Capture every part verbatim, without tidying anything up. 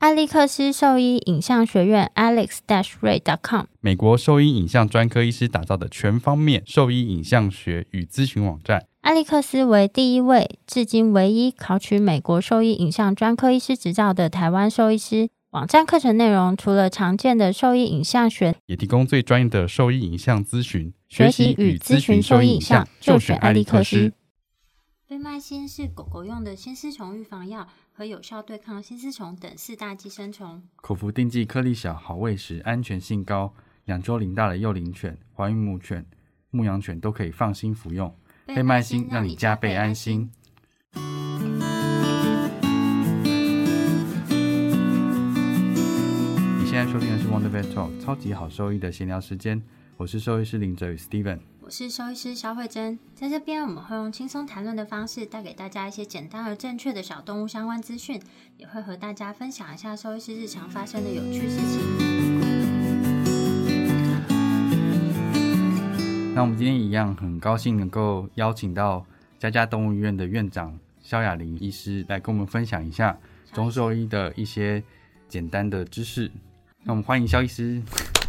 艾利克斯兽医影像学院 alex ray dot com， 美国兽医影像专科医师打造的全方面兽医影像学与咨询网站。 艾利克斯为第一位至今唯一考取美国兽医影像专科医师执照的台湾兽医师。网站课程内容除了常见的兽医影像学， 也提供最专业的兽医影像咨询。 学习与咨询兽医影像，就选艾利克斯。 贝麦新是狗狗用的新丝虫预防药，可有效对抗新丝虫等四大寄生虫。 口服定剂颗粒小，好喂食，安全性高，两周龄大的幼龄犬、怀孕母犬、牧羊犬都可以放心服用。贝麦新让你加倍安心。你现在收听的是 Wonder Vet Talk 超级好兽医的闲聊时间，我是兽医师林哲宇 Steven， 我是兽医师肖慧珍。在这边我们会用轻松谈论的方式带给大家一些简单而正确的小动物相关资讯，也会和大家分享一下兽医师日常发生的有趣事情。 那我们今天一样很高兴能够邀请到家家动物医院的院长萧雅玲医师来跟我们分享一下中兽医的一些简单的知识。那我们欢迎萧医师。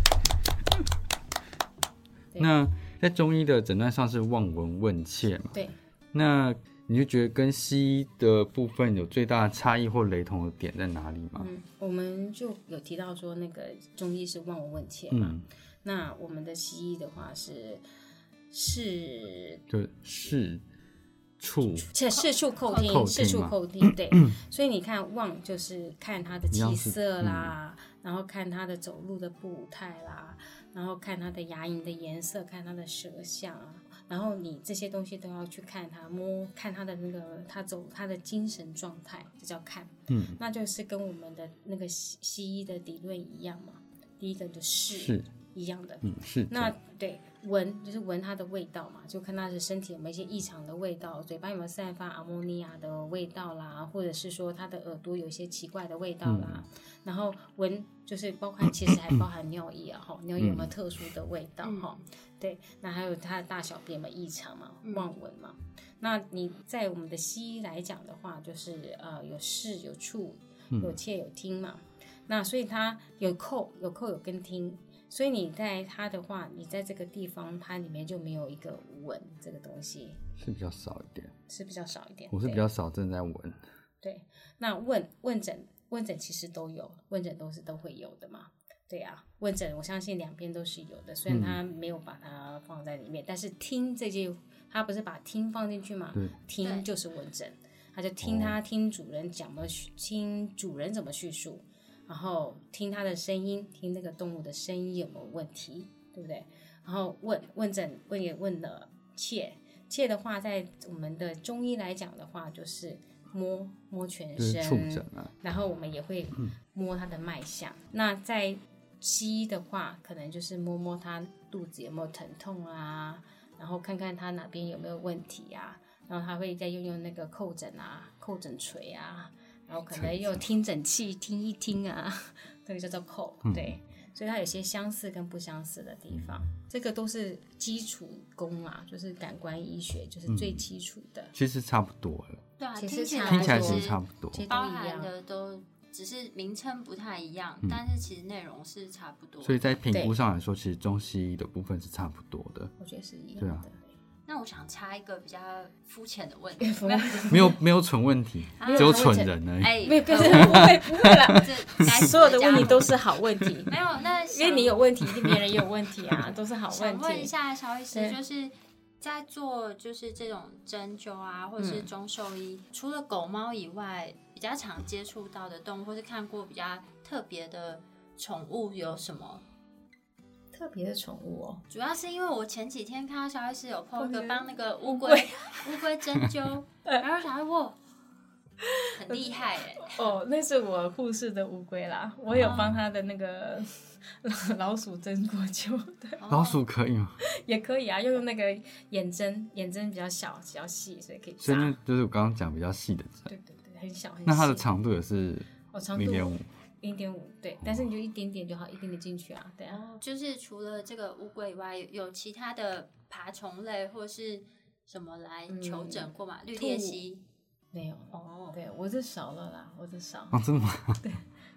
那在中医的诊断上是望闻问切嘛？ 对。 那你就觉得跟西医的部分有最大的差异或雷同的点在哪里吗？ 嗯，我们就有提到说那个中医是望闻问切嘛，嗯、那我们的西医的话是视， 就视触， 视触叩听，视触叩听，对。所以你看望就是看他的气色啦，嗯、然后看他的走路的步态啦。然后看他的牙龈的颜色，看他的舌相啊，然后你这些东西都要去看他，摸看他的那个他走他的精神状态，这叫看。嗯，那就是跟我们的那个西西医的理论一样嘛。第一个就是是一样的， 嗯是。 那对闻就是闻它的味道嘛，就看他的身体有没有一些异常的味道，嘴巴有没有散发阿莫尼亚的味道啦，或者是说他的耳朵有一些奇怪的味道啦。嗯、然后闻就是包含其实还包含尿液啊，哈，尿液有没有特殊的味道哈？嗯、对，那还有他的大小便有没有异常嘛，望闻嘛。嗯、那你在我们的西医来讲的话，就是呃有视有触有切有听嘛。嗯、那所以它有叩有叩有跟听。所以你在它的话，你在这个地方，它里面就没有一个闻这个东西， 是比较少一点， 是比较少一点。 我是比较少正在闻。 对，那问问诊问诊其实都有，问诊都是都会有的嘛。对啊，问诊我相信两边都是有的，虽然他没有把它放在里面，嗯、但是听这句，他不是把听放进去嘛？听就是问诊，他就听他、哦、听主人讲么，听主人怎么叙述。然后听它的声音，听那个动物的声音有没有问题，对不对？然后问问诊问也问了切切的话，在我们的中医来讲的话，就是摸摸全身，触诊啊。然后我们也会摸它的脉象。嗯、那在西医的话，可能就是摸摸它肚子有没有疼痛啊，然后看看它哪边有没有问题啊，然后他会再用用那个叩诊啊、叩诊锤啊。然后可能又听诊器听一听啊，这个叫做叩，对，嗯、所以它有些相似跟不相似的地方，嗯、这个都是基础功啊，就是感官医学，就是最基础的。 嗯、其实差不多了， 对啊， 其实听起来听起来其实差不多， 包含的都只是名称不太一样，嗯、但是其实内容是差不多的。 所以在评估上来说，其实中西医的部分是差不多的。 我觉得是一样的。 对啊。 那我想插一个比较肤浅的问题， 没有没有蠢问题，啊、只有蠢人而已。 哎，没有，不会不会啦，所有的问题都是好问题。 没有，那因为你有问题，一定别人也有问题啊，都是好问题。 想问一下萧医师，就是在做就是这种针灸啊，或者是中兽医，嗯、除了狗猫以外，比较常接触到的动物，或是看过比较特别的宠物有什么？ 特别的宠物哦， 主要是因为我前几天看到萧医师有 po 一个帮那个乌龟乌龟针灸，然后想说哇，很厉害哎！ 哦，那是我护士的乌龟啦，我有帮他的那个老鼠针过灸的。 老鼠可以吗？ 也可以啊，用那个眼针，眼针比较小，比较细，所以可以扎。 所以那就是我刚刚讲比较细的针。 对对对，很小很细。 那它的长度也是零点五。 零点五对，但是你就一点点就好，一点点进去啊，对啊。 哦、就是除了这个乌龟以外，有其他的爬虫类或是什么来求诊过吗？嗯、绿鬣蜥没有哦，对我是少了啦，我是少。 哦，真的吗？ 对，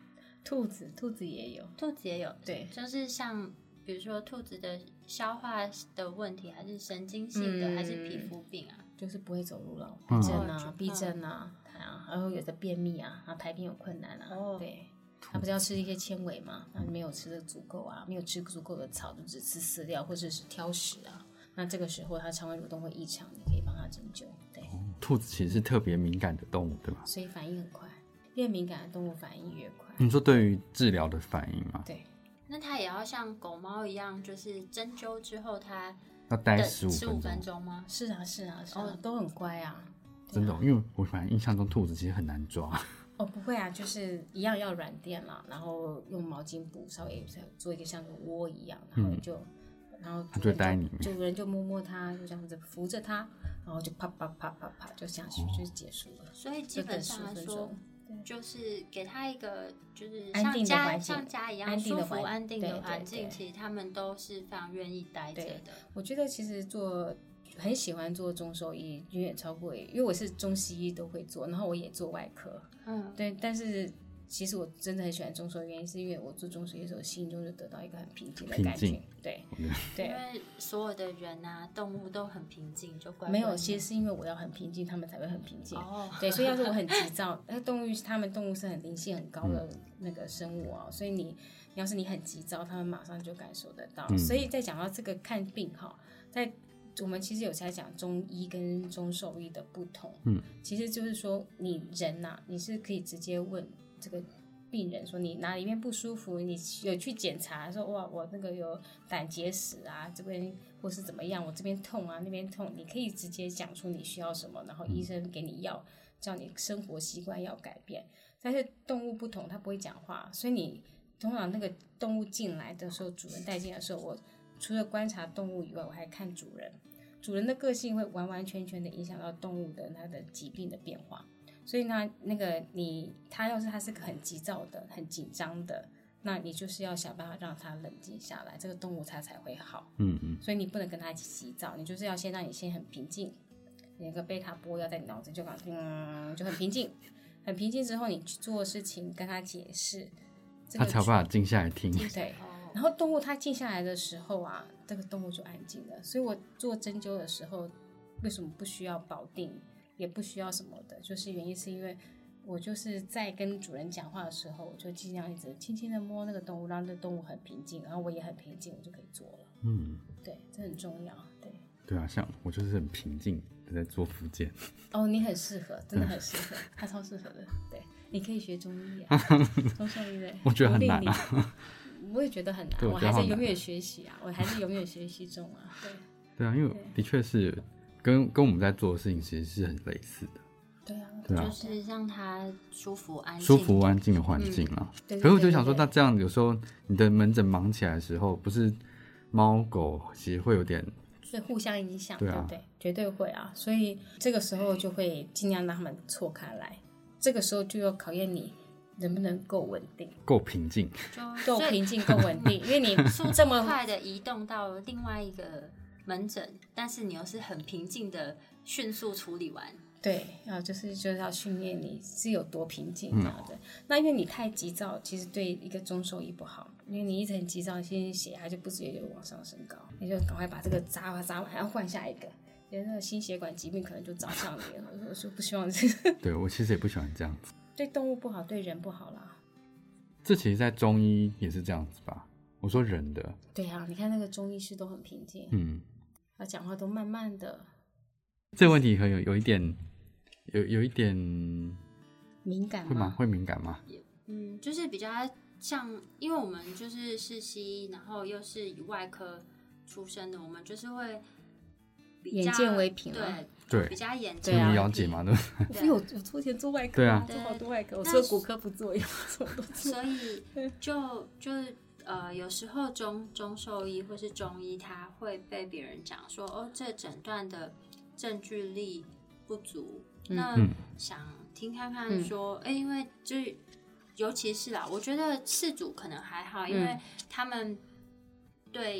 兔子，兔子也有， 兔子也有， 对， 就是像比如说兔子的消化的问题，还是神经性的， 嗯、 还是皮肤病啊？ 就是不会走路了， 嗯闭症啊哦， 闭症啊，啊，然后有的便秘啊，然后排便有困难啊， 哦对。他不是要吃一些纤维嘛？那没有吃的足够啊，没有吃足够的草，就只吃饲料或者是挑食啊。那这个时候他肠胃蠕动会异常，你可以帮他针灸。对、 哦，兔子其实是特别敏感的动物，对吧？ 所以反应很快，越敏感的动物反应越快。 你说对于治疗的反应吗？ 对， 那它也要像狗猫一样，就是针灸之后它要待等十五十五分钟。 分钟吗？ 是啊，是啊，是啊， 哦都很乖啊。 真的哦、因为我反正印象中兔子其实很难抓。 哦，不会啊，就是一样要软垫啦，然后用毛巾布稍微做一个像个窝一样，然后就，嗯、然后它就待在里面， 主人就摸摸它，就这样子扶着它，然后就啪啪啪啪啪就下去， 哦、 就结束了。 所以基本上来说，就是给它一个就是安定的像家环境像家一样安定的环舒服安定的对环境， 对对其实他们都是非常愿意待着的。 我觉得其实做很喜欢做中兽医，远远超过，因为我是中西医都会做，然后我也做外科， 嗯， 对，但是其实我真的很喜欢中兽医，原因是因为我做中兽医的时候，心中就得到一个很平静的感觉，对对， 因为所有的人啊动物都很平静，就乖乖没有，其实是因为我要很平静，他们才会很平静。 哦， 对，所以要是我很急躁，那动物他们动物是很灵性很高的那个生物啊、哦，所以你要是你很急躁，他们马上就感受得到。嗯、所以在讲到这个看病哈，在我们其实有在讲中医跟中兽医的不同，嗯，其实就是说你人呐、啊，你是可以直接问这个病人说你哪里面不舒服，你有去检查说哇我那个有胆结石啊，这边或是怎么样，我这边痛啊那边痛，你可以直接讲出你需要什么，然后医生给你药，叫你生活习惯要改变。但是动物不同，它不会讲话，所以你通常那个动物进来的时候，主人带进来的时候，我除了观察动物以外，我还看主人，主人的个性会完完全全的影响到动物的它的疾病的变化。所以呢，那个你他要是他是个很急躁的、很紧张的，那你就是要想办法让他冷静下来，这个动物它才会好。 嗯嗯。 所以你不能跟他一起急躁，你就是要先让你先很平静，有个贝塔波要在你脑子就搞嗯就很平静，很平静之后你去做事情跟他解释，这个、 他才有办法静下来听。 对。然后动物它静下来的时候啊，这个动物就安静了。所以我做针灸的时候，为什么不需要保定？也不需要什么的，就是原因是因为我就是在跟主人讲话的时候，我就尽量一直轻轻的摸那个动物，让这动物很平静，然后我也很平静，我就可以做了。 嗯， 对，这很重要。对， 对啊，像我就是很平静的在做复健。 哦，你很适合，真的很适合，他超适合的。对，你可以学中医啊，中兽医的。 我觉得很难啊， 我也觉得很难，我还是永远学习啊，我还是永远学习中啊。对， 对啊，因为的确是。跟跟我们在做的事情其实是很类似的， 对啊， 对啊， 就是让它舒服安静、 舒服安静的环境啊。嗯、对对对对，可是我就想说，那这样有时候你的门诊忙起来的时候，不是猫狗其实会有点会互相影响， 对啊， 对不对？绝对会啊，所以这个时候就会尽量让他们错开来。这个时候就要考验你能不能够稳定， 够平静， 够平静，够稳定，因为你这么快的移动到另外一个门诊，但是你又是很平静的迅速处理完。 对，啊，就是就是要训练你是有多平静这样的。嗯、那因为你太急躁，其实对一个中兽医不好，因为你一直很急躁，心血压就不自觉就往上升高，你就赶快把这个扎吧扎完，然后换下一个，连那个心血管疾病可能就找上你了。我说不希望这个。 对，我其实也不喜欢这样子。 对动物不好，对人不好啦。 这其实，在中医也是这样子吧？我说人的。 对啊，你看那个中医师都很平静， 嗯。 他讲话都慢慢的， 这个问题很有有一点，有有一点敏感吗？ 会吗？会敏感吗？ 嗯，就是比较像，因为我们就是是西医，然后又是以外科出身的，我们就是会比较眼见为凭啊， 对， 比较眼见为凭，了解嘛，对不对？因为我我之前做外科， 对啊， 做好多外科，我除了骨科不做，有什么都做， 所以就就是呃，有时候中中兽医或是中医，他会被别人讲说，哦，这诊断的证据力不足。嗯、那想听看看说，哎、嗯，因为就是尤其是啦，我觉得饲主可能还好，因为他们对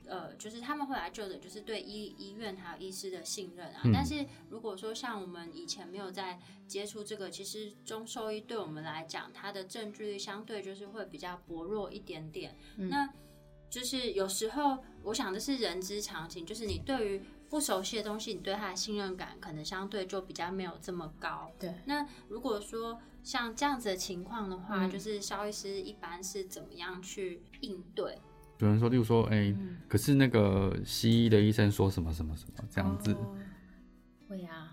呃，就是他们会来就诊，就是对医医院还有医师的信任啊。 嗯、 但是如果说像我们以前没有在接触这个，其实中兽医对我们来讲，它的证据率相对就是会比较薄弱一点点。嗯、那就是有时候我想的是人之常情，就是你对于不熟悉的东西，你对它的信任感可能相对就比较没有这么高。 对。 那如果说像这样子的情况的话， 嗯、 就是肖医师一般是怎么样去应对？ 有人说，例如说，哎、欸嗯，可是那个西医的医生说什么什么什么这样子。 哦、会啊。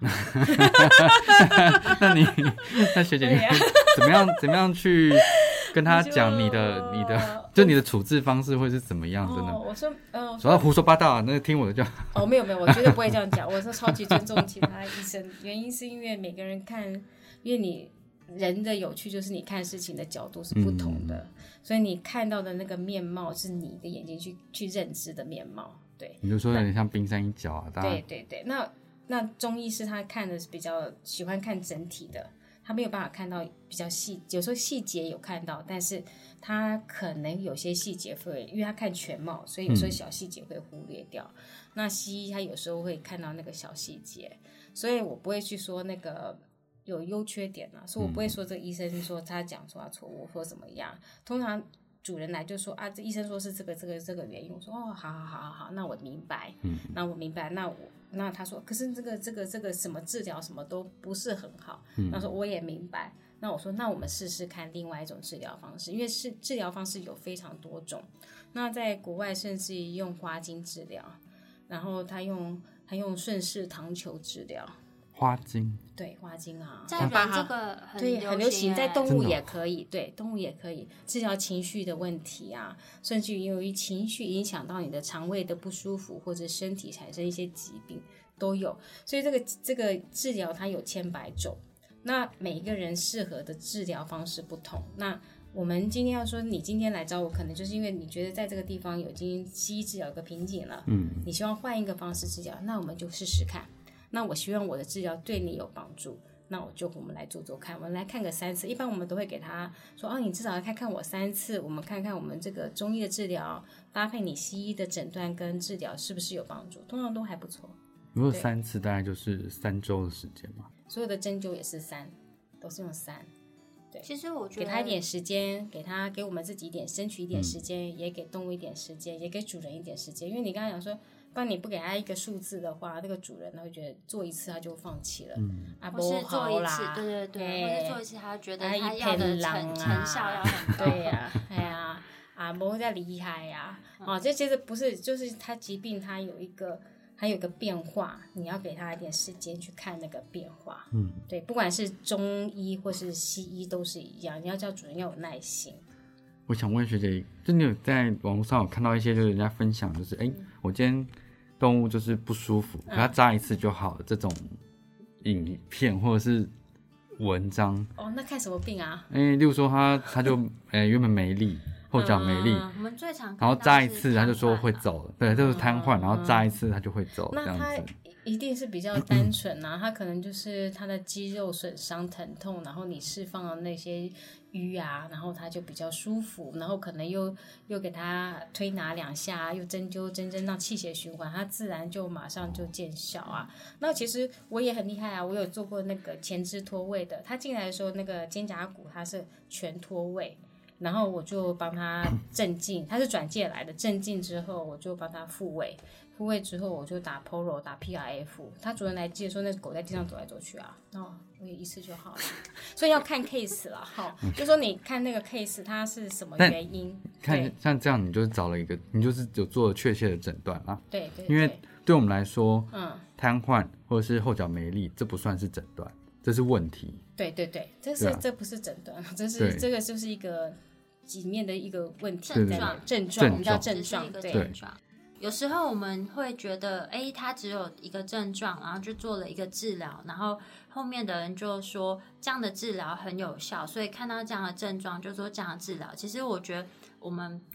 那你，那学姐，你怎么样？怎么样去跟他讲你的、你的，就你的处置方式会是怎么样的呢？ 哦、我说，呃， 主要胡说八道啊，那个听我的就好。 哦，没有没有，我绝对不会这样讲。我是超级尊重其他医生，原因是因为每个人看，因为你。人的有趣就是你看事情的角度是不同的，嗯、所以你看到的那个面貌是你的眼睛去去认知的面貌。对， 你就说有点像冰山一角啊。 对对对，那那中医师他看的是比较喜欢看整体的，他没有办法看到比较细，有时候细节有看到，但是他可能有些细节会，因为他看全貌，所以有时候小细节会忽略掉。嗯、那西医他有时候会看到那个小细节，所以我不会去说那个。有优缺点啊，所以我不会说这个医生说他讲出他错误或怎么样。通常主人来就说啊，这医生说是这个这个这个原因，我说哦，好好好好好，那我明白，嗯，那我明白，那我那他说，可是这个这个这个什么治疗什么都不是很好，嗯，那说我也明白，那我说那我们试试看另外一种治疗方式，因为是治疗方式有非常多种，那在国外甚至用花精治疗，然后他用他用顺势糖球治疗。 花精， 对花精啊， 在人这个很对很流行，在动物也可以， 哦、 对动物也可以治疗情绪的问题啊，甚至于由于情绪影响到你的肠胃的不舒服，或者身体产生一些疾病都有，所以这个这个治疗它有千百种，那每一个人适合的治疗方式不同。那我们今天要说，你今天来找我，可能就是因为你觉得在这个地方有经西医治疗有个瓶颈了，嗯，你希望换一个方式治疗，那我们就试试看。那我希望我的治疗对你有帮助，那我就我们来做做看，我们来看个三次。一般我们都会给他说，哦，你至少来看看我三次，我们看看我们这个中医的治疗搭配你西医的诊断跟治疗是不是有帮助，通常都还不错。 如果三次大概就是三周的时间嘛， 所有的针灸也是三，都是用三。对， 其实我觉得给他一点时间，给他给我们自己一点争取一点时间、嗯，也给动物一点时间，也给主人一点时间，因为你刚才讲说。帮你不给他一个数字的话，那个主人他会觉得做一次他就放弃了， 嗯， 啊， 不是做一次，对对对，或是做一次他觉得他要的成、啊、成效要很高， 对呀、啊，哎呀，啊，不会再厉害呀，哦，这其实不是，就是他疾病他有一个，他有一个变化，你要给他一点时间去看那个变化， 嗯， 对，不管是中医或是西医都是一样，你要叫主人要有耐心。 我想问学姐，就你有在网络上有看到一些，就是人家分享，就是哎、欸，我今天动物就是不舒服，给它扎一次就好了、嗯、这种影片或者是文章。 哦，那看什么病啊？ 哎、欸，例如说它它就哎、欸、原本没力，后脚没力、 嗯，我们最常然后扎一次它就说会走了，对，就是瘫痪，然后扎一次它就会走， 嗯、 这样子。 一定是比较单纯啊，它可能就是它的肌肉损伤疼痛，然后你释放了那些瘀啊，然后它就比较舒服，然后可能又又给它推拿两下，又针灸针针让气血循环，它自然就马上就见效啊。那其实我也很厉害啊，我有做过那个前肢脱位的，他进来的时候那个肩胛骨它是全脱位，然后我就帮他镇静，他是转介来的，镇静之后我就帮他复位。复位之后我就打 P O R O 打 P R F， 他主人来接的时候那狗在地上走来走去啊，哦，我也一次就好了，所以要看 case 啦，哈，就说你看那个 case 它是什么原因， 看像这样你就是找了一个，你就是有做了确切的诊断啊， 对 对, 对， 因为对我们来说， 嗯， 瘫痪或者是后脚没力，这不算是诊断，这是问题， 对对对，这是、啊、这不是诊断，这是这个就是一个里面的一个问题， 症状症状，我们叫症状， 对症状。有时候我们会觉得，哎，他只有一个症状，然后就做了一个治疗，然后后面的人就说这样的治疗很有效，所以看到这样的症状就说这样的治疗。其实我觉得我们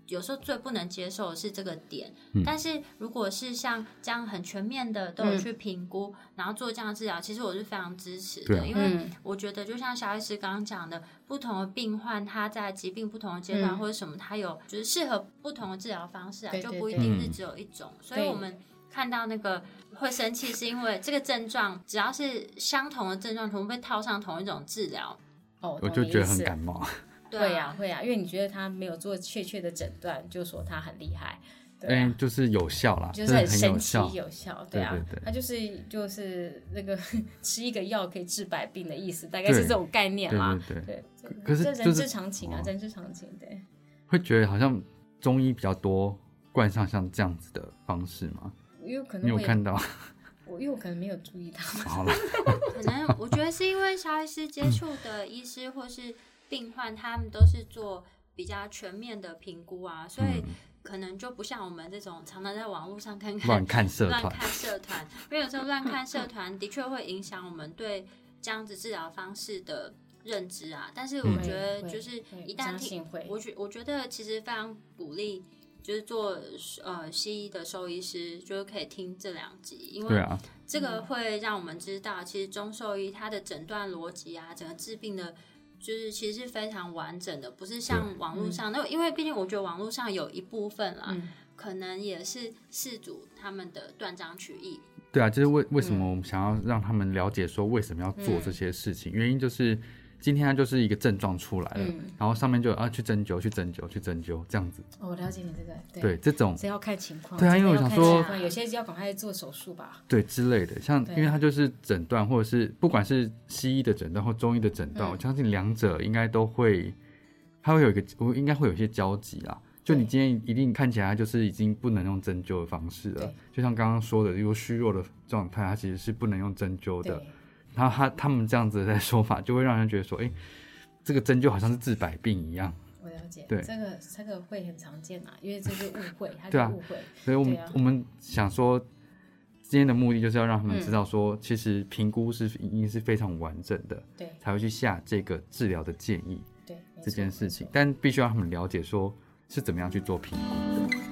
有时候最不能接受的是这个点， 嗯、 但是如果是像这样很全面的都有去评估、嗯、然后做这样的治疗，其实我是非常支持的、啊、因为我觉得就像肖医师刚刚讲的，不同的病患他在疾病不同的阶段、嗯、或者什么，他有就是适合不同的治疗方式啊， 对对对， 就不一定是只有一种、嗯、所以我们看到那个会生气是因为这个症状只要是相同的症状全部被套上同一种治疗、 哦、 我就觉得很感冒。 对啊，会啊会啊，因为你觉得他没有做确切的诊断，就说他很厉害，对啊，欸、就是有效啦， 就是很神奇有效， 有效，对啊，对对对，他就是就是那个吃一个药可以治百病的意思，大概是这种概念啦， 对对 对, 对, 对， 可是、 这人之常情啊，哦、人之常情，对。 会觉得好像中医比较多冠上像这样子的方式吗？ 有可能你有看到？ 我因为我可能没有注意到， 好了， 可能我觉得是因为肖医师接触的医师或是病患他们都是做比较全面的评估啊，所以可能就不像我们这种常常在网络上看看乱看社团， 乱看社团，因为有时候乱看社团的确会影响我们对这样子治疗方式的认知啊。但是我觉得就是一旦听，我觉我觉得其实非常鼓励，就是做呃西医的兽医师，就是可以听这两集，因为这个会让我们知道，其实中兽医它的诊断逻辑啊，整个治病的。就是其实是非常完整的，不是像网络上那、嗯、因为毕竟我觉得网络上有一部分啦、嗯、可能也是事主他们的断章取义。 对啊，就是为为什么我们想要让他们了解说为什么要做这些事情、嗯、原因就是今天它就是一个症状出来了、嗯、然后上面就啊去针灸去针灸去针灸这样子。 哦，我了解你这个 对, 对这种是要看情况。 对啊，因为我想说有些要赶快做手术吧， 对之类的，像因为它就是诊断或者是不管是西医的诊断或中医的诊断、嗯、我相信两者应该都会它会有一个我应该会有一些交集啦。就你今天一定看起来它就是已经不能用针灸的方式了，就像刚刚说的，如果虚弱的状态它其实是不能用针灸的，然后他他们这样子的说法就会让人觉得说哎、欸，这个针灸好像是治百病一样。 我了解， 对， 这个这个会很常见啊，因为这是误会，它是误会。 啊、所以我们、啊、我们想说，今天的目的就是要让他们知道说，嗯、其实评估是已经是非常完整的， 对， 才会去下这个治疗的建议， 对这件事情。但必须让他们了解说是怎么样去做评估的。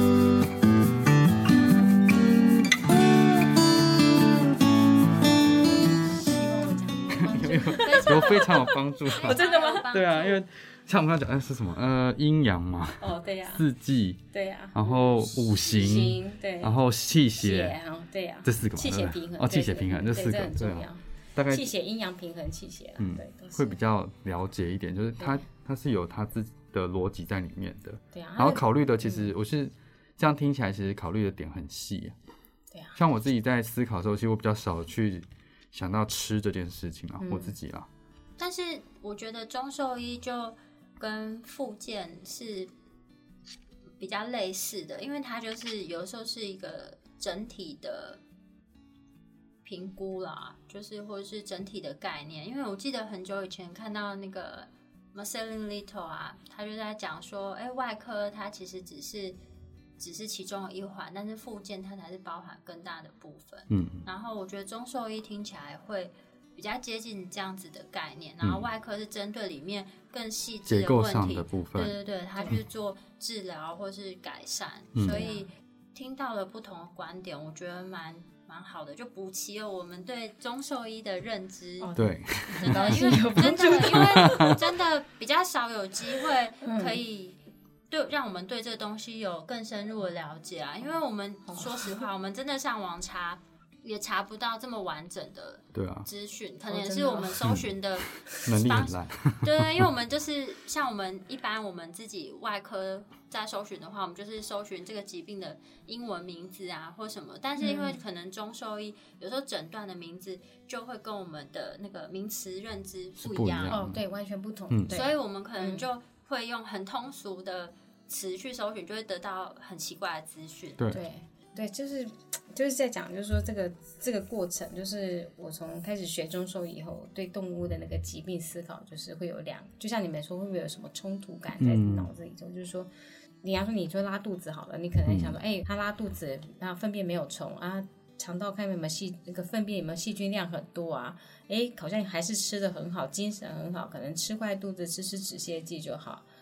有非常有帮助。 哦，真的吗？ 对啊，因为像我们刚刚讲，哎，是什么？呃，阴阳嘛。 哦，对呀、啊。 四季。 对呀、啊。 然后五行。 对。 然后气血。 对呀、啊。 这四个嘛。 气血平衡。 哦，气血平衡这四个很重要。 大概气血阴阳平衡气血。 嗯， 对， 会比较了解一点，就是它它是有它自己的逻辑在里面的。 对啊。 然后考虑的，其实我是这样听起来，其实考虑的点很细。 对啊。 像我自己在思考的时候，其实我比较少去想到吃这件事情啊，嗯、我自己啦。 但是我觉得中兽医就跟复健是比较类似的，因为它就是有的时候是一个整体的评估啦，就是或者是整体的概念。因为我记得很久以前看到那个 Marceline Little 啊，他就在讲说，哎，外科它其实只是只是其中的一环，但是复健它才是包含更大的部分。嗯，然后我觉得中兽医听起来会比较接近这样子的概念，然后外科是针对里面更细致的问题，结构上的部分， 对对对，他去做治疗或是改善、嗯，所以听到了不同的观点，我觉得蛮蛮好的，就补齐了我们对中兽医的认知。 哦、对， 真的，因为真的，因为真的比较少有机会可以对让我们对这个东西有更深入的了解啊，因为我们说实话，我们真的上网查。也查不到这么完整的资讯、啊，可能也是我们搜寻的能力很烂。 对对，因为我们就是像我们一般我们自己外科在搜寻的话，我们就是搜寻这个疾病的英文名字啊或什么，但是因为可能中兽医有时候诊断的名字就会跟我们的那个名词认知不一样， 哦，对，完全不同、 嗯， 所以我们可能就会用很通俗的词去搜寻，就会得到很奇怪的资讯。 对。 对对，就是就是在讲，就是说这个这个过程，就是我从开始学中兽以后，对动物的那个疾病思考，就是会有两，就像你们说，会不会有什么冲突感在脑子里中？嗯、就是说，你要说你说拉肚子好了，你可能想说，哎、嗯，他拉肚子，然后粪便没有冲啊，肠道看有没有细，那个粪便有没有细菌量很多啊？哎，好像还是吃的很好，精神很好，可能吃坏肚子，吃吃止泻剂就好。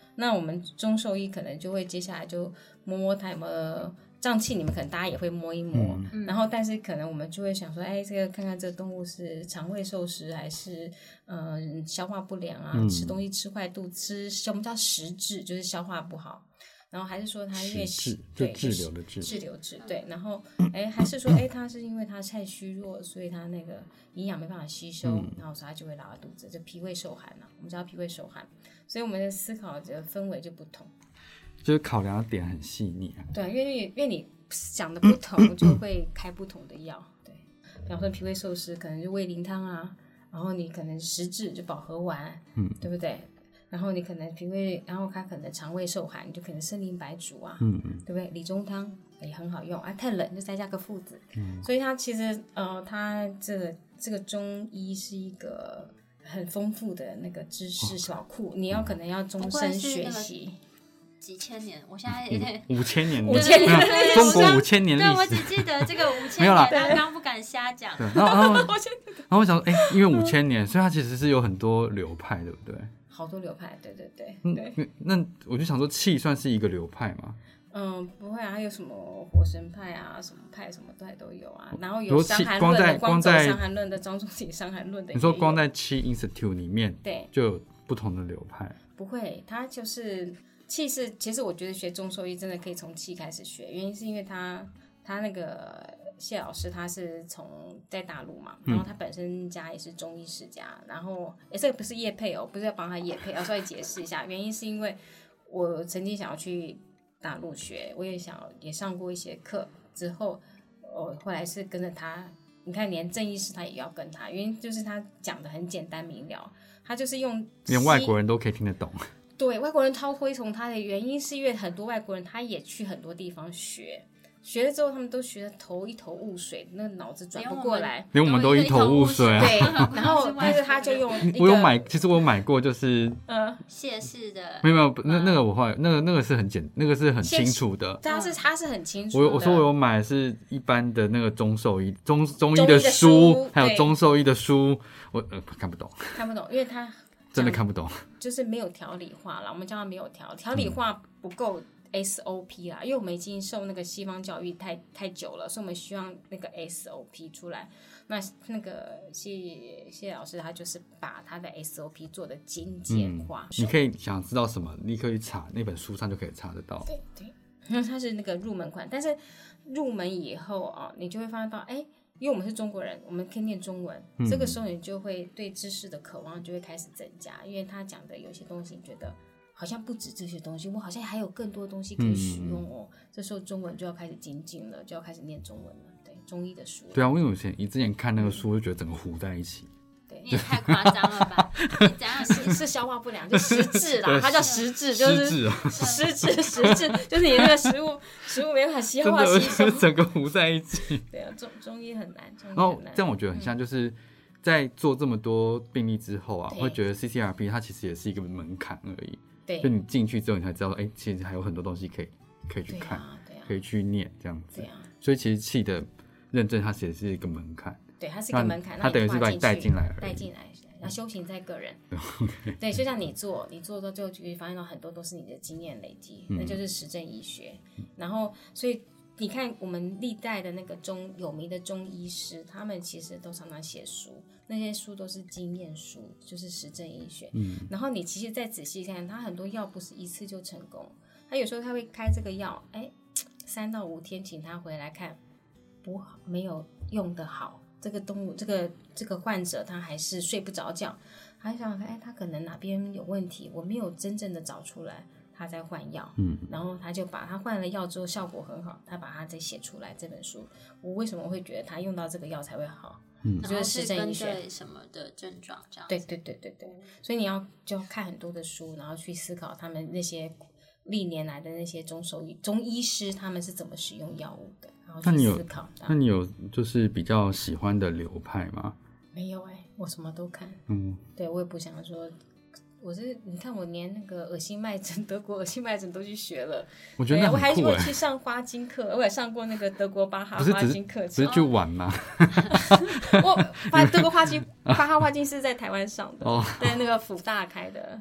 那我们中兽医可能就会接下来就摸摸它有没有胀气，你们可能大家也会摸一摸，嗯、然后但是可能我们就会想说，哎，这个看看这个动物是肠胃受食还是呃消化不良啊，嗯、吃东西吃坏肚，吃我们叫食滞，就是消化不好。然后还是说他因为对滞留的滞滞留滞对，然后哎还是说哎他是因为他太虚弱，所以他那个营养没办法吸收，嗯、然后所以他就会拉肚子，就脾胃受寒了、啊。我们叫脾胃受寒，所以我们的思考的氛围就不同， 就是考量的点很细腻、啊。 对，因为因为你想的不同，就会开不同的药。对，比方说脾胃受湿，可能就胃灵汤啊，然后你可能食滞就保和丸，嗯，对不对？然后你可能脾胃，然后他可能肠胃受寒，你就可能参苓白术啊，嗯嗯，对不对？理中汤也很好用啊，太冷就再加个附子，嗯，所以它其实呃，它这个这个中医是一个很丰富的那个知识小库，哦、你要可能要终身学习。 几千年，我现在有点五千年， 五千年， 中国五千年历史。 对，我只记得这个五千年，刚刚不敢瞎讲。 对，然后然后然后我想说，哎，因为五千年，所以它其实是有很多流派，对不对？ 好多流派，对对对。 嗯， 对那我就想说，气算是一个流派吗？ 嗯，不会啊，还有什么火神派啊，什么派什么派都有啊。然后有伤寒论的，光在伤寒论的，张仲景伤寒论的。 你说光在气 Institute 里面， 对， 就有不同的流派。 不会，它就是气是，其实我觉得学中兽医真的可以从气开始学，原因是因为他他那个谢老师他是从在大陆嘛，然后他本身家也是中医世家，然后诶这个不是业配哦，不是要帮他业配，要稍微解释一下，原因是因为我曾经想要去大陆学，我也想也上过一些课，之后我后来是跟着他，你看连郑医师他也要跟他，原因就是他讲的很简单明了，他就是用连外国人都可以听得懂。 对，外国人超推崇他的原因是因为很多外国人他也去很多地方学，学了之后他们都学得头一头雾水，那脑子转不过来， 连我们都一头雾水啊。 对，然后但是他就用我有买，其实我有买过，就是呃谢氏的， 没有没有，那那个我后来那个那个是很简，那个是很清楚的， 他是他是很清楚的。 我我说我有买是一般的那个中兽医中中医的书，还有中兽医的书，我呃看不懂， 看不懂，因为他真的看不懂， 就是没有条理化了。我们叫它没有条条理化不够 S O P 啦，因为我们已经受那个西方教育太太久了，所以我们需要那个 S O P 出来。那那个谢谢老师他就是把他的 S O P 做的精简化、 嗯。你可以想知道什么，立刻去查那本书上就可以查得到。 对对，那它是那个入门款，但是入门以后啊，你就会发现到，哎。因为我们是中国人，我们可以念中文、嗯、这个时候你就会对知识的渴望就会开始增加，因为他讲的有些东西你觉得好像不止这些东西，我好像还有更多东西可以使用哦、嗯、这时候中文就要开始精进了，就要开始念中文了。对，中医的书。 对啊，因为我以前你之前看那个书就觉得整个糊在一起， 对，你也太夸张了吧？你怎样是是消化不良，就食滞啦，它叫食滞，就是食滞食滞，就是你那个食物食物没办法消化吸收， 整个糊在一起。 对啊，中中医很难，中医很难。 然后这样我觉得很像，就是在做这么多病例之后啊，会觉得 C C R P 它其实也是一个门槛而已。 对， 就你进去之后，你才知道，哎、欸，其实还有很多东西可以可以去看， 对啊、 可以去念这样子。 对啊， 所以其实气的认证它也是一个门槛。 对，它是一个门槛， 它等于是把你带进来而已， 带进来。那修行在个人，对，就像你做，你做到最后就会发现到很多都是你的经验累积，嗯、那就是实证医学。然后，所以你看我们历代的那个中有名的中医师，他们其实都常常写书，那些书都是经验书，就是实证医学。嗯，然后你其实再仔细看，他很多药不是一次就成功，他有时候他会开这个药，哎，三到五天请他回来看，不没有用得好。这个动物，这个这个患者他还是睡不着觉，他想，哎，他可能哪边有问题，我没有真正的找出来，他在换药，嗯，然后他就把他换了药之后效果很好，他把它再写出来这本书。我为什么会觉得他用到这个药才会好？嗯，就是实证医学， 然后是针对什么的症状这样子？ 对对对对对，所以你要就要看很多的书，然后去思考他们那些历年来的那些中兽医中医师他们是怎么使用药物的。 那你有那你有就是比较喜欢的流派吗？ 没有哎、欸，我什么都看。嗯，对我也不想说，我是你看我连那个恶心脉诊，德国恶心脉诊都去学了。 我觉得那很酷、欸、 我还会去上花精课，我也上过那个德国巴哈花精课程。 只是去玩吗？ 我德国花精巴哈花精是在台湾上的，哦、在那个辅大开的。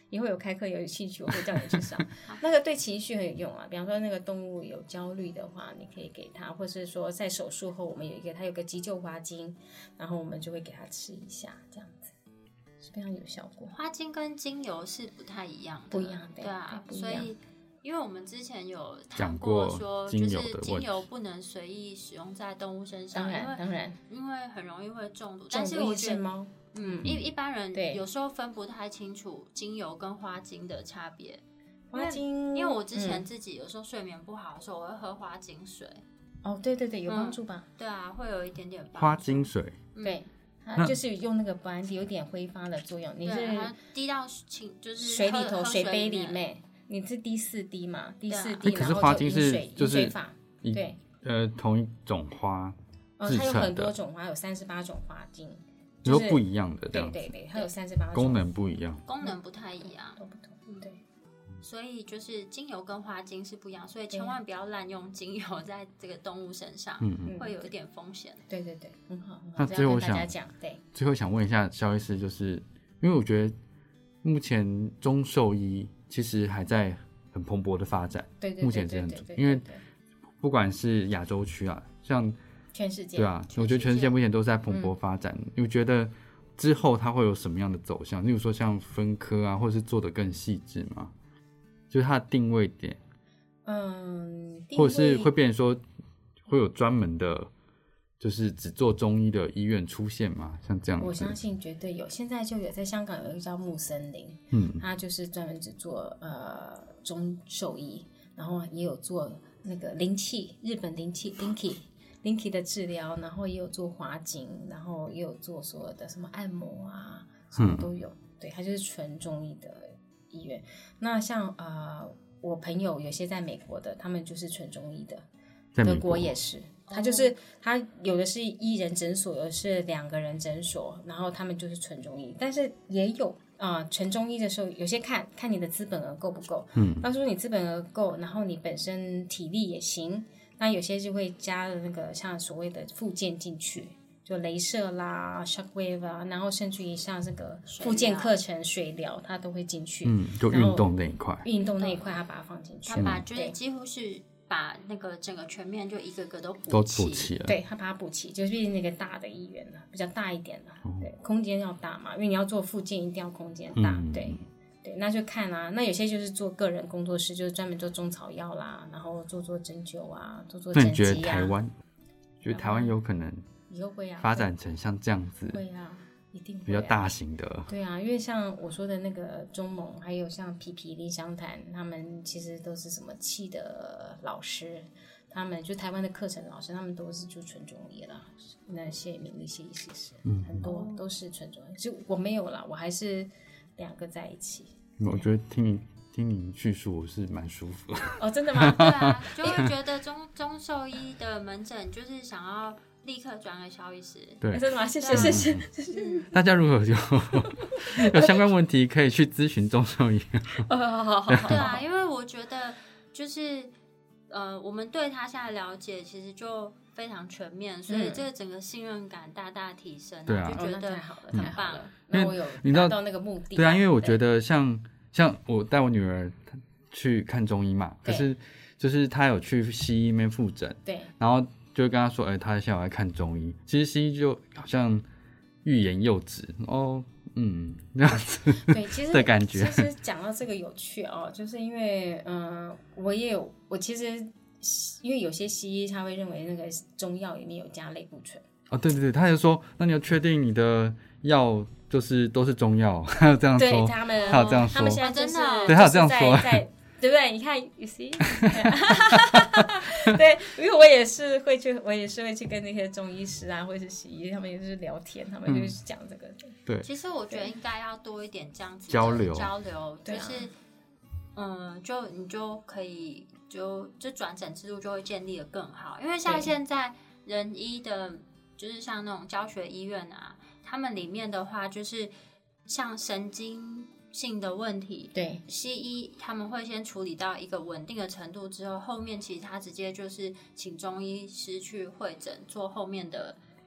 以后有开课有兴趣，我会叫你去上。那个对情绪很有用啊，比方说那个动物有焦虑的话，你可以给它，或是说在手术后我们有一个它有个急救花精，然后我们就会给它吃一下，这样子是非常有效果。 花精跟精油是不太一样的， 不一样的， 对啊， 对所以因为我们之前有谈过说，就是精油油不能随意使用在动物身上， 当然当然， 因为很容易会中毒。 中毒但是我觉得猫。 嗯，一一般人有时候分不太清楚精油跟花精的差别。 花精， 因为我之前自己有时候睡眠不好的时候，我会喝花精水。 哦，对对对，有帮助吧？ 嗯、对啊，会有一点点帮助。 花精水， 嗯、 对，它就是用那个班底有点挥发的作用。你是滴到清就是水里头水杯里面，你是滴四滴嘛？滴四滴， 欸、可是花精是就是对， 呃，同一种花哦，它有很多种花，有三十八种花精。 你说不一样的这样子， 对对对，它有三十八种， 功能不一样， 功能不太一样， 都不同，对。 所以就是精油跟花精是不一样，所以千万不要滥用精油在这个动物身上，嗯嗯，会有一点风险。 对对对，很好。 那最后想讲，对， 最后想问一下肖医师，就是因为我觉得目前中兽医其实还在很蓬勃的发展， 对对， 目前是很，因为不管是亚洲区啊，像。 全世界对啊，我觉得全世界目前都在蓬勃发展。你、嗯、觉得之后它会有什么样的走向？例如说像分科啊，或者是做得更细致吗？就是它的定位点， 嗯， 或者是会变成说会有专门的，就是只做中医的医院出现吗？像这样子， 我相信绝对有。现在就有，在香港有一个叫木森林， 嗯， 它就是专门只做呃中兽医，然后也有做那个灵气，日本灵气 Linky。Linky 的治疗，然后也有做花精，然后也有做所有的什么按摩啊，什么都有。嗯、对，它就是纯中医的医院。那像呃，我朋友有些在美国的，他们就是纯中医的，德国也是。他就是他有的是一人诊所，有的是两个人诊所，然后他们就是纯中医，但是也有啊、呃，纯中医的时候，有些看看你的资本额够不够。嗯，他说你资本额够，然后你本身体力也行。那有些就会加了那个像所谓的复健进去，就雷射啦、shockwave 啊，然后甚至于像这个复健课程、水疗，它都会进去。 嗯，就运动那一块， 运动那一块，它把它放进去， 它把就是几乎是把那个整个全面就一个个都补齐， 都补齐了。 对，它把它补齐，就是毕竟那个大的医院了，比较大一点的，嗯、对，空间要大嘛，因为你要做复健，一定要空间大，嗯、对。对，那就看啊，那有些就是做个人工作室，就是专门做中草药啦，然后做做针灸啊，做做整肌啊。 那你觉得台湾，觉得台湾有可能以后会啊， 发展成像这样子？ 会啊，一定会、啊、 比较大型的。 对啊，因为像我说的那个中盟，还有像皮皮林湘潭，他们其实都是什么气的老师，他们就台湾的课程老师，他们都是就纯中医啦。那谢明丽谢医师是，嗯，很多都是纯中医，就我没有啦，我还是两个在一起。 我觉得听你听你叙述，我是蛮舒服的。 哦，真的吗？ 对啊，就会觉得中中兽医的门诊就是想要立刻转给肖医师。 对， 真的吗？谢谢谢谢谢谢。 大家如果有有相关问题，可以去咨询中兽医。 哦，好好好。 对啊，因为我觉得就是呃，我们对他现在了解其实就非常全面，所以这个整个信任感大大提升、啊， 对啊， 就觉得很棒。 嗯、那我有达到那个目的。 对啊，因为我觉得像像我带我女儿去看中医嘛，可是就是她有去西医那边复诊， 对， 然后就会跟她说，哎、欸，她现在有在看中医。其实西医就好像欲言又止哦。嗯，这样子对，其实的感觉。 其实讲到这个有趣哦，就是因为嗯、呃，我也有我其实因为有些西医他会认为那个中药里面有加类固醇哦，对对对，他就说，那你要确定你的药就是都是中药，他有这样说， 对他们， 他有这样说， 他们现在真的、哦， 对，他有这样说， 在对不对？你看 ，you see， 对，因为我也是会去，我也是会去跟那些中医师啊，或者是西医，他们也是聊天，他们就是讲这个、 嗯。对， 其实我觉得应该要多一点这样子的交流， 交流，就啊、 是，嗯，就你就可以就就转诊制度就会建立的更好，因为像现在人医的，就是像那种教学医院啊，他们里面的话就是像神经性的问题， 对， 西医他们会先处理到一个稳定的程度之后，后面其实他直接就是请中医师去会诊做后面的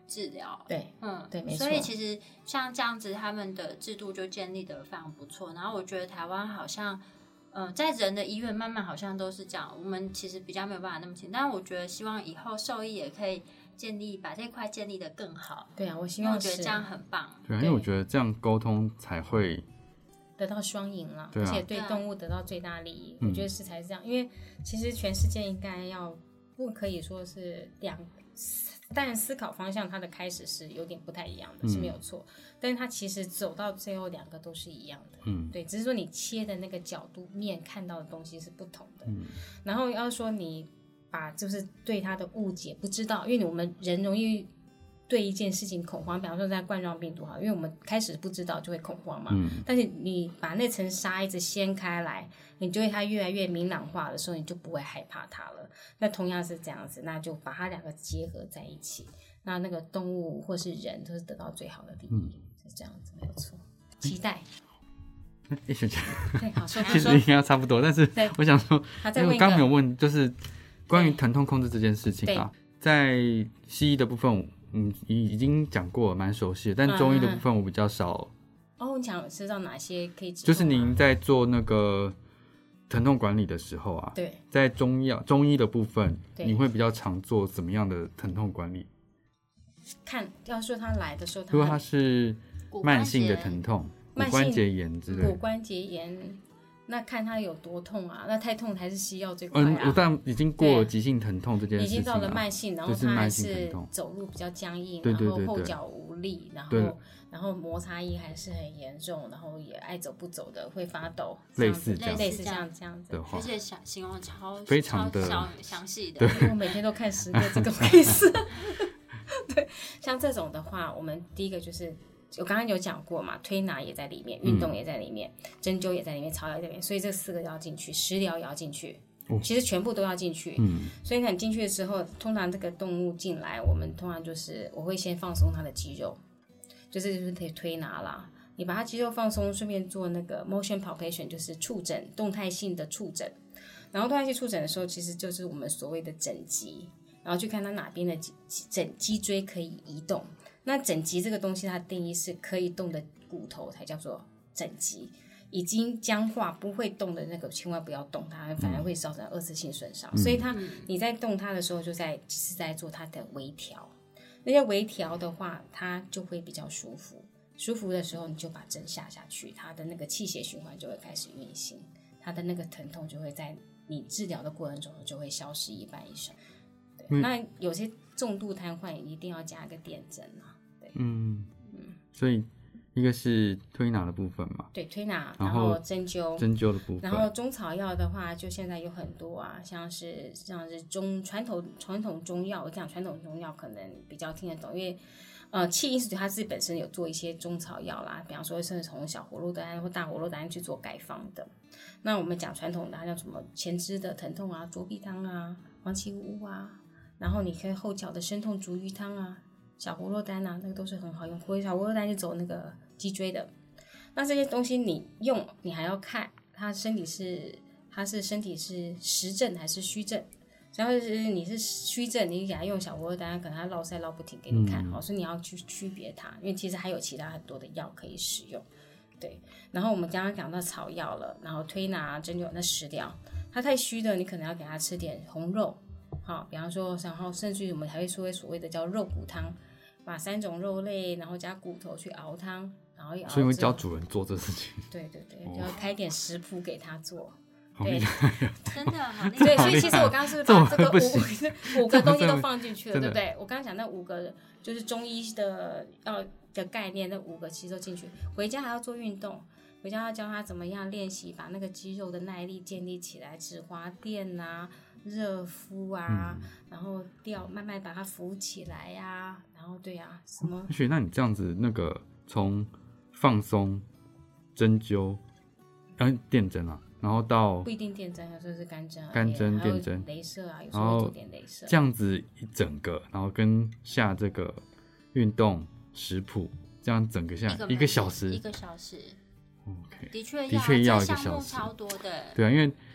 治疗。 对， 嗯， 对，没错。 所以其实像这样子，他们的制度就建立得非常不错。然后我觉得台湾好像，呃，在人的医院慢慢好像都是这样，我们其实比较没有办法那么清。但我觉得希望以后兽医也可以建立把这块建立得更好。 对啊，我希望我觉得这样很棒。 对啊，因为我觉得这样沟通才会得到双赢了， 对啊， 而且对动物得到最大利益。嗯、我觉得是才是这样，因为其实全世界应该要不可以说是两，当然思考方向它的开始是有点不太一样的，嗯、是没有错。但是它其实走到最后两个都是一样的，嗯，对，只是说你切的那个角度面看到的东西是不同的。嗯，然后要说你把就是对它的误解不知道，因为我们人容易对一件事情恐慌，比方说在冠状病毒好，因为我们开始不知道就会恐慌嘛，嗯，但是你把那层纱一直掀开来，你就会它越来越明朗化的时候，你就不会害怕它了。那同样是这样子，那就把它两个结合在一起，那那个动物或是人都是得到最好的利益，嗯，是这样子，没有错。期待。 叶学姐， 对，好说， 其实应该差不多，但是我想说，因为我刚刚没有问，就是关于疼痛控制这件事情啊，在西医的部分。嗯，已经讲过了，蛮熟悉的。但中医的部分我比较少。 嗯、哦，你想知道哪些可以？ 就是您在做那个疼痛管理的时候啊， 对， 在中药中医的部分，你会比较常做怎么样的疼痛管理？ 看，要说他来的时候， 如果他是慢性的疼痛，骨关节炎之类的， 骨关节炎。那看他有多痛啊？那太痛还是西药最快啊？ 嗯，我当然已经过了急性疼痛这件事情、啊， 已经到了慢性，然后他还是走路比较僵硬， 对对对对， 然后后脚无力，然后然后摩擦力还是很严重，然后也爱走不走的，会发抖， 类似这样， 类似像这样子的话， 而且想形容超非常的详细的， 因为我每天都看十个这个 case。对，像这种的话，我们第一个就是。我刚刚有讲过嘛，推拿也在里面，运动也在里面，嗯、针灸也在里面，草药也在里面，所以这四个要进去，食疗也要进去，哦、其实全部都要进去。嗯，所以你进去的时候，通常这个动物进来，我们通常就是我会先放松它的肌肉，就是就是可以推拿啦。你把它肌肉放松，顺便做那个 motion palpation， 就是触诊，动态性的触诊。然后动态性触诊的时候，其实就是我们所谓的整脊，然后去看它哪边的整脊椎可以移动。那整脊这个东西，它的定义是可以动的骨头才叫做整脊，已经僵化不会动的那个，千万不要动它，反而会造成二次性损伤。嗯、所以它你在动它的时候，就在是在做它的微调。那些微调的话，它就会比较舒服。舒服的时候，你就把针下下去，它的那个气血循环就会开始运行，它的那个疼痛就会在你治疗的过程中就会消失一半以上。对，嗯、那有些重度瘫痪一定要加一个电针啊。对， 嗯嗯，所以一个是推拿的部分嘛， 对，推拿，然后针灸， 针灸的部分， 然后中草药的话，就现在有很多啊，像是像是中传统传统中药，我讲传统中药可能比较听得懂，因为呃，气因是它自己本身有做一些中草药啦，比方说是从小活络丹或大活络丹去做改方的。那我们讲传统的，它叫什么前肢的疼痛啊，卓壁汤啊，黄芪乌啊，然后你可以后脚的生痛逐瘀汤啊，小活络丹啊，那个都是很好用。小活络丹是走那个脊椎的。那这些东西你用，你还要看他身体是他是身体是实症还是虚症。然后是你是虚症，你给他用小活络丹，可能他落塞落不停给你看，好、嗯，所以你要去区别它，因为其实还有其他很多的药可以使用。对，然后我们刚刚讲到草药了，然后推拿、针灸、那食疗，它太虚的，你可能要给他吃点红肉，好，比方说，然后甚至于我们还会说所谓的叫肉骨汤，把三种肉类，然后加骨头去熬汤，然后一熬， 所以会教主人做这事情。 对对对，就要开点食谱给他做。 对，真的好厉害。 对，所以其实我刚刚是把这个五五个东西都放进去了，对不对？我刚刚讲那五个就是中医的要的概念，那五个其实都进去。回家还要做运动，回家要教他怎么样练习，把那个肌肉的耐力建立起来，止滑垫啊、热敷啊，嗯、然后吊慢慢把它扶起来呀、啊，然后对啊，什么？ 雪，那你这样子那个从放松、针灸、然后电针啊。然后到不一定电针，有时候是干针、 干针、电针、 雷射啊，有时候会做点雷射。 这样子一整个，然后跟下这个运动食谱，这样整个下一个小时， 一个小时 ，OK， 的确的确要一个小时， 小时， 超多的。 对啊，因为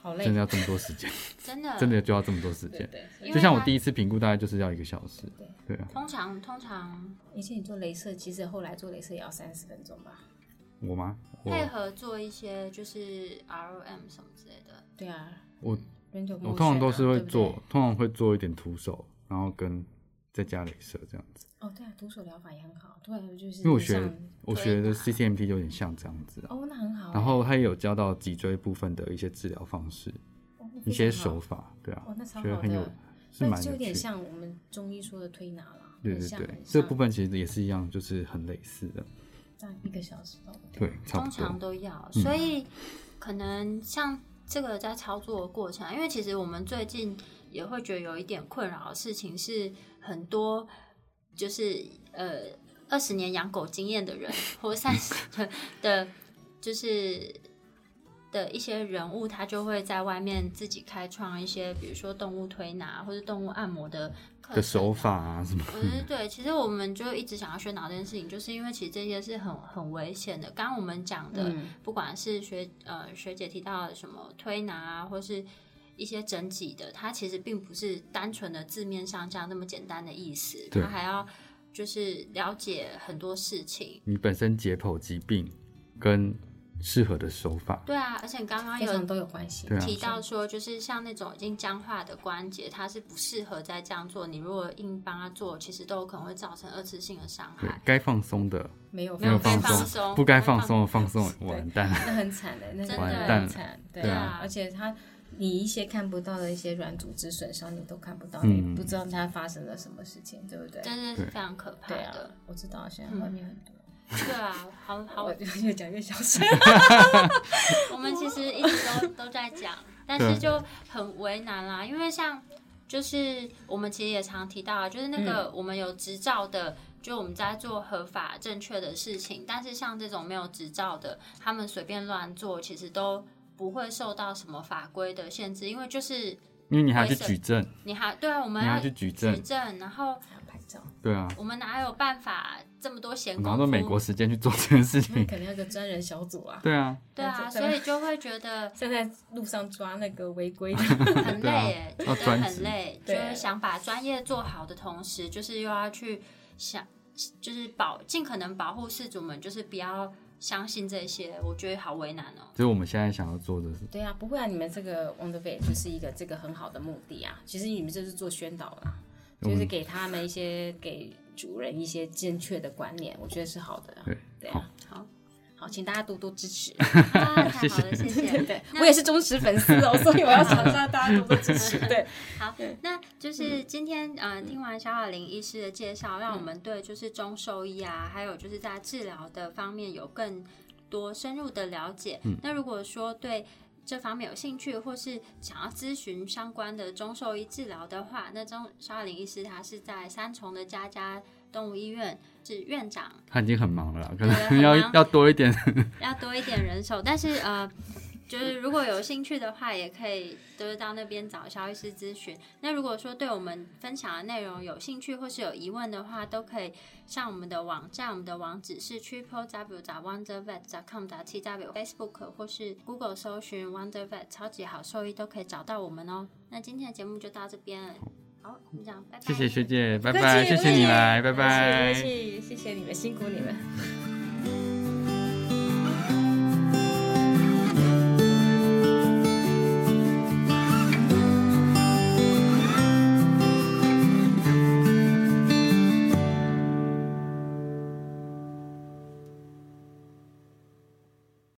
好累， 真的要这么多时间， 真的真的就要这么多时间。 对对， 就像我第一次评估大概就是要一个小时。 对对啊， 通常通常以前你做雷射，其实后来做雷射也要三十分钟吧？ 我吗？我配合做一些就是 R O M 什么之类的。 对啊， 我人有我通常都是会做， 对不对通常会做一点徒手，然后跟再加雷射这样子。 哦，对啊，徒手疗法也很好，对啊，就是因为我学像我学的 C C M P 有点像这样子啊。 哦，那很好欸。 然后他也有教到脊椎部分的一些治疗方式， 哦一些手法，对啊， 哦，那超觉得很有好的， 是蛮就有点有趣的。 像我们中医说的推拿啦。 对对对很像很，像这部分其实也是一样，就是很类似的。 这样一个小时到不了。 对，差通不多。 常都要， 嗯所以可能像这个在操作的过程，因为其实我们最近也会觉得有一点困扰的事情是，很多就是呃二十年养狗经验的人，或三十的的，就是的一些人物，他就会在外面自己开创一些，比如说动物推拿或者动物按摩的课程的手法啊什么， 我觉得对，其实我们就一直想要宣导这件事情，就是因为其实这些是很很危险的。刚刚我们讲的， 嗯不管是学呃学姐提到的什么推拿啊，或是一些整脊的，它其实并不是单纯的字面上这样那么简单的意思， 对它还要就是了解很多事情。 你本身解剖疾病跟适合的手法， 对啊，而且刚刚有非常都有关系。 对啊提到说，就是像那种已经僵化的关节，它是不适合再这样做。你如果硬帮它做，其实都有可能会造成二次性的伤害。， 对该放松的没有没有放该放松， 松不该放该松的放松， 对完蛋了。 那很惨的，那真的完完蛋了惨，对对啊而且它你一些看不到的一些软组织损伤，你都看不到， 嗯你不知道它发生了什么事情，对不对？ 真的是非常可怕对啊的。， 我知道，现在外面很多。 对啊，好好我，越讲越小声。 我们其实一直都都在讲，但是就很为难啦，因为像就是我们其实也常提到啊，就是那个我们有执照的，就我们在做合法正确的事情，但是像这种没有执照的，他们随便乱做，其实都不会受到什么法规的限制，因为就是因为你还要去举证， 你还对啊，我们你还要去举证举证，然后还要拍照， 对啊， 我们哪有办法这么多闲工夫？ 拿到美国时间去做这件事那情， 可能要个专人小组啊。 对啊， 对啊，所以就会觉得现在路上抓那个违规的， 很累耶， 对啊觉得要专职很累，就对是想把专业做好的同时，就是又要去想，就是保尽可能保护饲主们，就是不要相信这些，我觉得好为难哦。 这是我们现在想要做的事。 对啊，不会啊，你们这个 Wonder Vet 就是一个这个很好的目的啊。其实你们就是做宣导啦，就是给他们一些给主人一些正确的观念，我觉得是好的、啊。 对对啊， 好， 好，请大家多多支持。 啊，太好了，谢谢。 对，我也是忠实粉丝哦，所以我要强调大家多多支持。对， 好，那就是今天呃听完萧亚玲医师的介绍，让我们对就是中兽医啊，还有就是在治疗的方面有更多深入的了解。那如果说对这方面有兴趣，或是想要咨询相关的中兽医治疗的话，那中萧亚玲医师他是在三重的家家动物医院是院长， 他已经很忙了啦，可对能要很忙要多一点。 要多一点人手，但是呃，就是如果有兴趣的话，也可以就是到那边找萧医师咨询。那如果说对我们分享的内容有兴趣或是有疑问的话，都可以上我们的网站，我们的网址是 triple w 点 wonder vet 点 com 点 t w，Facebook 或是 Google 搜寻 Wonder Vet 超级好兽医都可以找到我们哦。那今天的节目就到这边了，好，我们讲拜拜， 谢谢学姐，拜客拜， 气谢谢你来，拜拜。 谢谢谢谢你们，辛苦你们。